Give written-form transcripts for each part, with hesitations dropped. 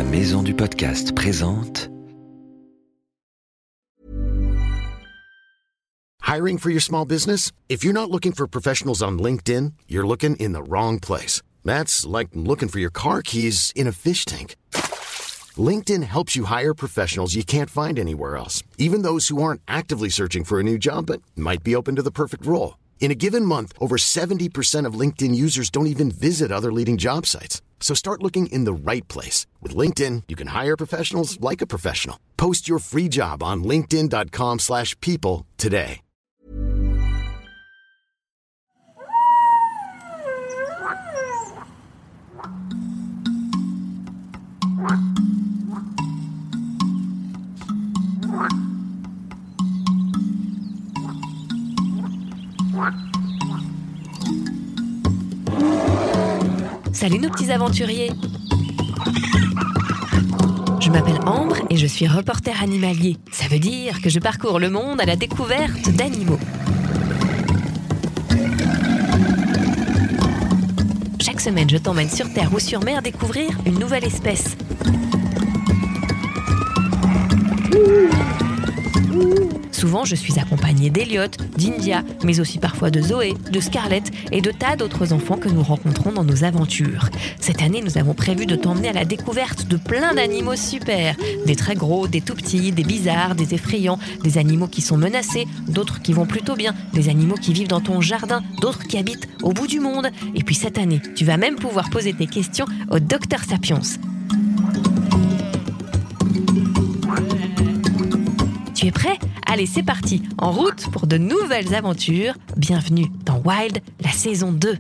Maison du Podcast présente. Hiring for your small business? If you're not looking for professionals on LinkedIn, you're looking in the wrong place. That's like looking for your car keys in a fish tank. LinkedIn helps you hire professionals you can't find anywhere else, even those who aren't actively searching for a new job but might be open to the perfect role. In a given month, over 70% of LinkedIn users don't even visit other leading job sites. So start looking in the right place. With LinkedIn, you can hire professionals like a professional. Post your free job on linkedin.com/people today. Salut nos petits aventuriers. Je m'appelle Ambre et je suis reporter animalier. Ça veut dire que je parcours le monde à la découverte d'animaux. Chaque semaine, je t'emmène sur terre ou sur mer découvrir une nouvelle espèce. Souvent, je suis accompagnée d'Elliot, d'India, mais aussi parfois de Zoé, de Scarlett et de tas d'autres enfants que nous rencontrons dans nos aventures. Cette année, nous avons prévu de t'emmener à la découverte de plein d'animaux super. Des très gros, des tout petits, des bizarres, des effrayants, des animaux qui sont menacés, d'autres qui vont plutôt bien, des animaux qui vivent dans ton jardin, d'autres qui habitent au bout du monde. Et puis cette année, tu vas même pouvoir poser tes questions au Dr Sapiens. Tu es prêt ? Allez, c'est parti, en route pour de nouvelles aventures. Bienvenue dans Wild, la saison 2.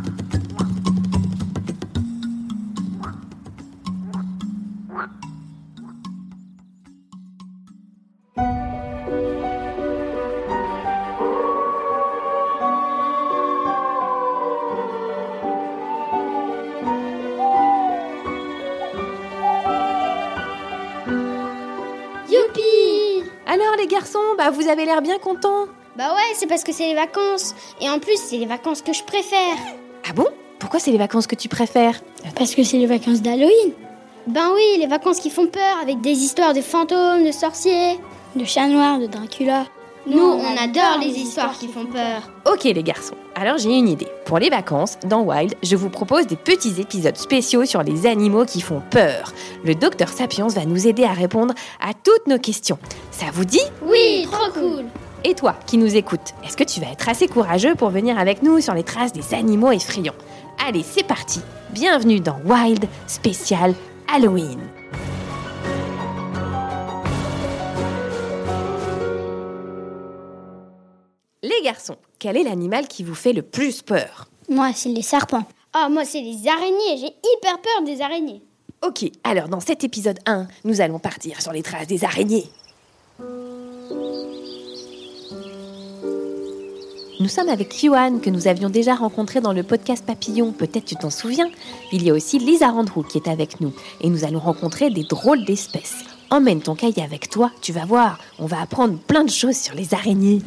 Alors les garçons, vous avez l'air bien contents. Bah ouais, c'est parce que c'est les vacances. Et en plus, c'est les vacances que je préfère. Ah bon ? Pourquoi c'est les vacances que tu préfères ? Parce que c'est les vacances d'Halloween. Ben oui, les vacances qui font peur, avec des histoires de fantômes, de sorciers, de chats noirs, de Dracula. Nous, on adore les histoires qui font peur. Ok les garçons, alors j'ai une idée. Pour les vacances, dans Wild, je vous propose des petits épisodes spéciaux sur les animaux qui font peur. Le Dr Sapiens va nous aider à répondre à toutes nos questions. Ça vous dit ? Oui, trop cool. Et toi, qui nous écoutes, est-ce que tu vas être assez courageux pour venir avec nous sur les traces des animaux effrayants ? Allez, c'est parti. Bienvenue dans Wild spécial Halloween. Les garçons, quel est l'animal qui vous fait le plus peur ? Moi, c'est les serpents. Ah, moi, c'est les araignées. J'ai hyper peur des araignées. Ok, alors dans cet épisode 1, nous allons partir sur les traces des araignées. Nous sommes avec Yohan, que nous avions déjà rencontré dans le podcast Papillon. Peut-être tu t'en souviens. Il y a aussi Lisa Randrew qui est avec nous. Et nous allons rencontrer des drôles d'espèces. Emmène ton cahier avec toi, tu vas voir. On va apprendre plein de choses sur les araignées.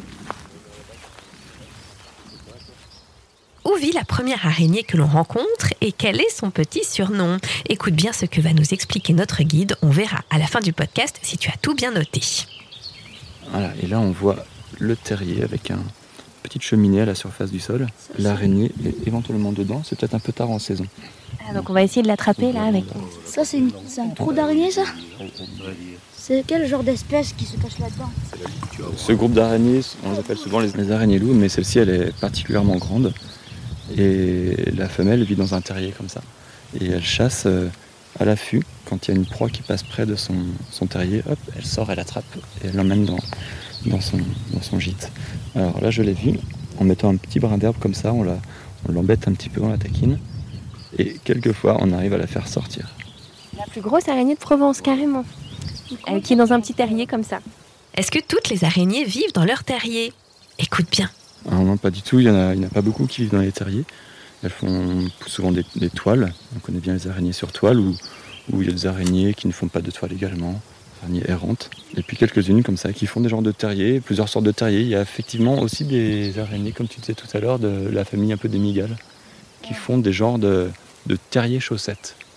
Où vit la première araignée que l'on rencontre et quel est son petit surnom ? Écoute bien ce que va nous expliquer notre guide. On verra à la fin du podcast si tu as tout bien noté. Voilà, et là on voit le terrier avec une petite cheminée à la surface du sol. L'araignée est éventuellement dedans, c'est peut-être un peu tard en saison. Ah, donc on va essayer de l'attraper là avec... Ça, c'est un trou d'araignée, ça ? C'est quel genre d'espèce qui se cache là-dedans ? Ce groupe d'araignées, on les appelle souvent les araignées loups, mais celle-ci elle est particulièrement grande. Et la femelle vit dans un terrier comme ça. Et elle chasse à l'affût. Quand il y a une proie qui passe près de son terrier, hop, elle sort, elle attrape et elle l'emmène dans son gîte. Alors là, je l'ai vue, en mettant un petit brin d'herbe comme ça, on l'embête un petit peu, on la taquine. Et quelquefois, on arrive à la faire sortir. La plus grosse araignée de Provence, carrément. Qui est dans un petit terrier comme ça. Est-ce que toutes les araignées vivent dans leur terrier ? Écoute bien. Alors non, pas du tout, il n'y en a pas beaucoup qui vivent dans les terriers. Elles font souvent des toiles. On connaît bien les araignées sur toile, où il y a des araignées qui ne font pas de toile également, araignées errantes. Et puis quelques-unes comme ça qui font des genres de terriers, plusieurs sortes de terriers. Il y a effectivement aussi des araignées, comme tu disais tout à l'heure, de la famille un peu des mygales, qui font des genres de terriers chaussettes.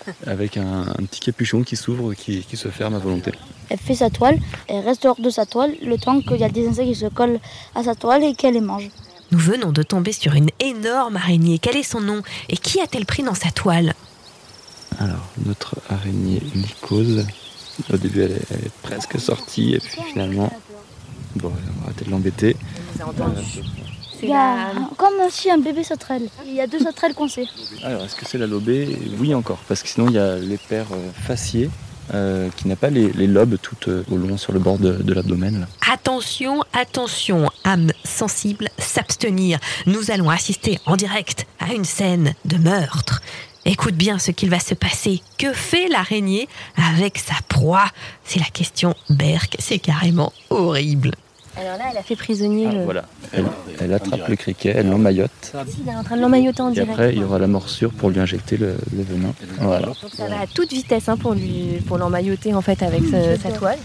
avec un petit capuchon qui s'ouvre, qui se ferme à volonté. Elle fait sa toile, elle reste hors de sa toile le temps qu'il y a des insectes qui se collent à sa toile et qu'elle les mange. Nous venons de tomber sur une énorme araignée. Quel est son nom et qui a-t-elle pris dans sa toile ? Alors, notre araignée lycose, au début elle est presque sortie et puis finalement, bon, on va arrêter de l'embêter. Il y a comme si un bébé sauterelle. Il y a 2 sauterelles coincées. Alors, est-ce que c'est la lobée ? Oui, encore, parce que sinon il y a l'épère facié qui n'a pas les lobes tout au long sur le bord de l'abdomen. Là. Attention, âme sensible, s'abstenir. Nous allons assister en direct à une scène de meurtre. Écoute bien ce qu'il va se passer. Que fait l'araignée avec sa proie ? C'est la question Berk, c'est carrément horrible. Alors là, elle a fait prisonnier Voilà, elle attrape le criquet, elle l'emmaillote. Il est en train de l'emmailloter en direct. Et après, il y aura la morsure pour lui injecter le venin. Voilà. Donc ça va à toute vitesse pour l'emmailloter en fait avec sa toile.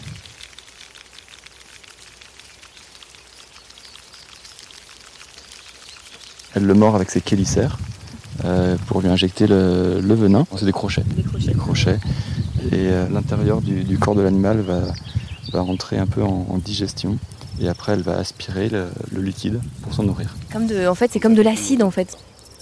Elle le mord avec ses chélicères pour lui injecter le venin. C'est des crochets. Des crochets. Et l'intérieur du corps de l'animal va rentrer un peu en digestion. Et après, elle va aspirer le liquide pour s'en nourrir. En fait, c'est comme de l'acide en fait.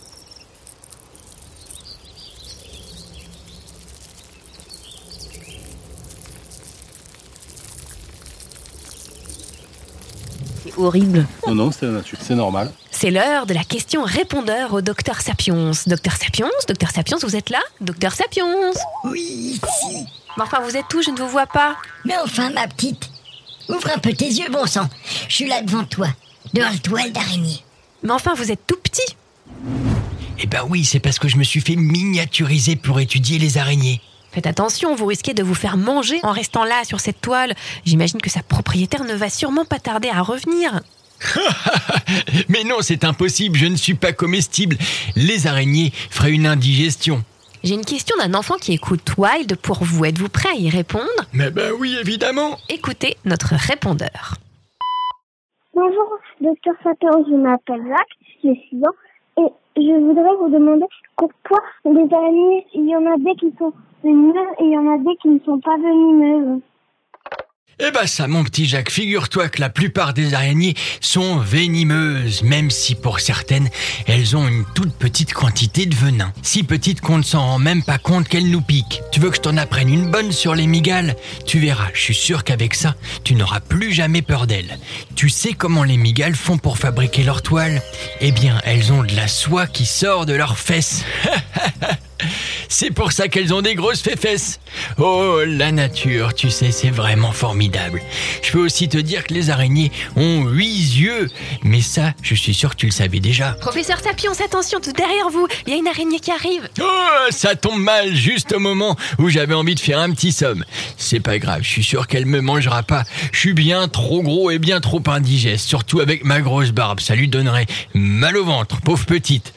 C'est horrible. Non, c'est la nature, c'est normal. C'est l'heure de la question répondeur au Docteur Sapiens. Docteur Sapiens, vous êtes là ? Docteur Sapiens ? Oui, ici. Mais enfin, vous êtes où ? Je ne vous vois pas. Mais enfin, ma petite, ouvre un peu tes yeux, bon sang. Je suis là devant toi, dans la toile d'araignée. Mais enfin, vous êtes tout petit. Eh ben oui, c'est parce que je me suis fait miniaturiser pour étudier les araignées. Faites attention, vous risquez de vous faire manger en restant là sur cette toile. J'imagine que sa propriétaire ne va sûrement pas tarder à revenir. Mais non, c'est impossible, je ne suis pas comestible. Les araignées feraient une indigestion. J'ai une question d'un enfant qui écoute Wild pour vous. Êtes-vous prêt à y répondre ? Mais ben oui, évidemment. Écoutez notre répondeur. Bonjour, Docteur Sapiens, je m'appelle Jacques, j'ai 6 ans, et je voudrais vous demander pourquoi les araignées, il y en a des qui sont venimeuses et il y en a des qui ne sont pas venimeuses. Eh ben ça, mon petit Jacques, figure-toi que la plupart des araignées sont venimeuses, même si pour certaines, elles ont une toute petite quantité de venin. Si petite qu'on ne s'en rend même pas compte qu'elles nous piquent. Tu veux que je t'en apprenne une bonne sur les mygales ? Tu verras, je suis sûr qu'avec ça, tu n'auras plus jamais peur d'elles. Tu sais comment les mygales font pour fabriquer leur toile ? Eh bien, elles ont de la soie qui sort de leurs fesses. C'est pour ça qu'elles ont des grosses fesses. Oh, la nature, tu sais, c'est vraiment formidable. Je peux aussi te dire que les araignées ont 8 yeux. Mais ça, je suis sûr que tu le savais déjà. Professeur Sapiens, attention, tout derrière vous, il y a une araignée qui arrive. Oh, ça tombe mal, juste au moment où j'avais envie de faire un petit somme. C'est pas grave, je suis sûr qu'elle me mangera pas. Je suis bien trop gros et bien trop indigeste, surtout avec ma grosse barbe. Ça lui donnerait mal au ventre, pauvre petite.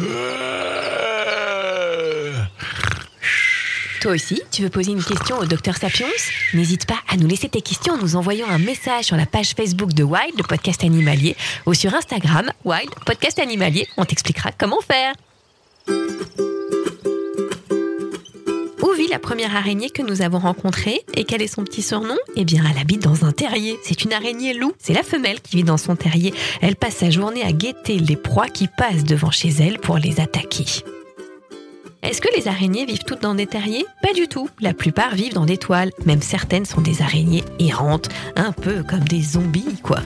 Toi aussi, tu veux poser une question au Docteur Sapiens ? N'hésite pas à nous laisser tes questions en nous envoyant un message sur la page Facebook de Wild, le podcast animalier, ou sur Instagram, Wild, podcast animalier. On t'expliquera comment faire. Où vit la première araignée que nous avons rencontrée et quel est son petit surnom ? Eh bien, elle habite dans un terrier. C'est une araignée loup. C'est la femelle qui vit dans son terrier. Elle passe sa journée à guetter les proies qui passent devant chez elle pour les attaquer. Est-ce que les araignées vivent toutes dans des terriers ? Pas du tout. La plupart vivent dans des toiles. Même certaines sont des araignées errantes, un peu comme des zombies, quoi.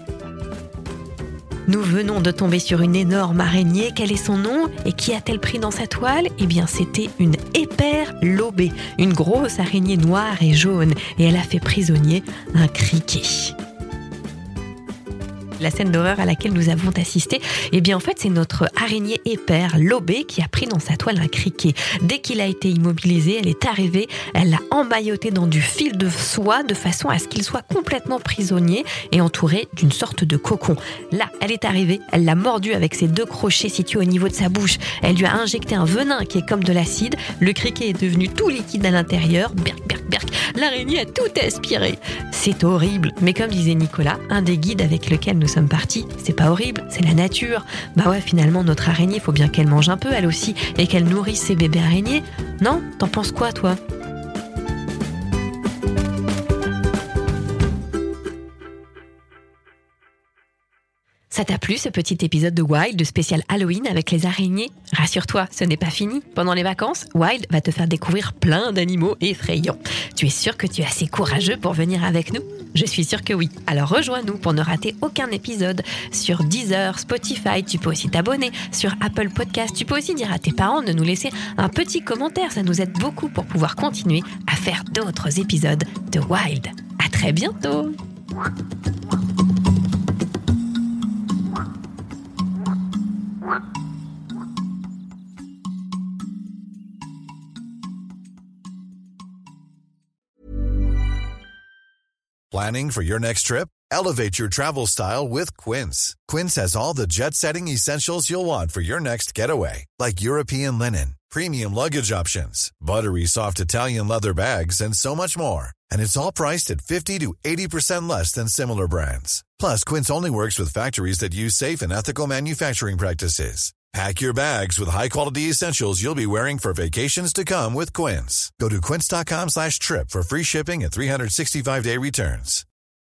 Nous venons de tomber sur une énorme araignée. Quel est son nom et qui a-t-elle pris dans sa toile ? Eh bien, c'était une épère lobée, une grosse araignée noire et jaune. Et elle a fait prisonnier un criquet. La scène d'horreur à laquelle nous avons assisté, eh bien en fait c'est notre araignée épère lobée qui a pris dans sa toile un criquet. Dès qu'il a été immobilisé, elle est arrivée, elle l'a emmailloté dans du fil de soie de façon à ce qu'il soit complètement prisonnier et entouré d'une sorte de cocon. Là, elle est arrivée, elle l'a mordu avec ses 2 crochets situés au niveau de sa bouche. Elle lui a injecté un venin qui est comme de l'acide. Le criquet est devenu tout liquide à l'intérieur. Berk, berk, berk, l'araignée a tout aspiré. C'est horrible, mais comme disait Nicolas, un des guides avec lequel nous sommes partis, c'est pas horrible, c'est la nature. Bah ouais, finalement, notre araignée, faut bien qu'elle mange un peu, elle aussi, et qu'elle nourrisse ses bébés araignées. Non ? T'en penses quoi, toi ? Ça t'a plu ce petit épisode de Wild, de spécial Halloween avec les araignées ? Rassure-toi, ce n'est pas fini. Pendant les vacances, Wild va te faire découvrir plein d'animaux effrayants. Tu es sûr que tu es assez courageux pour venir avec nous ? Je suis sûre que oui. Alors rejoins-nous pour ne rater aucun épisode sur Deezer, Spotify. Tu peux aussi t'abonner sur Apple Podcast. Tu peux aussi dire à tes parents de nous laisser un petit commentaire. Ça nous aide beaucoup pour pouvoir continuer à faire d'autres épisodes de Wild. À très bientôt. Planning for your next trip? Elevate your travel style with Quince. Quince has all the jet-setting essentials you'll want for your next getaway, like European linen, premium luggage options, buttery soft Italian leather bags, and so much more. And it's all priced at 50 to 80% less than similar brands. Plus, Quince only works with factories that use safe and ethical manufacturing practices. Pack your bags with high-quality essentials you'll be wearing for vacations to come with Quince. Go to quince.com/trip for free shipping and 365-day returns.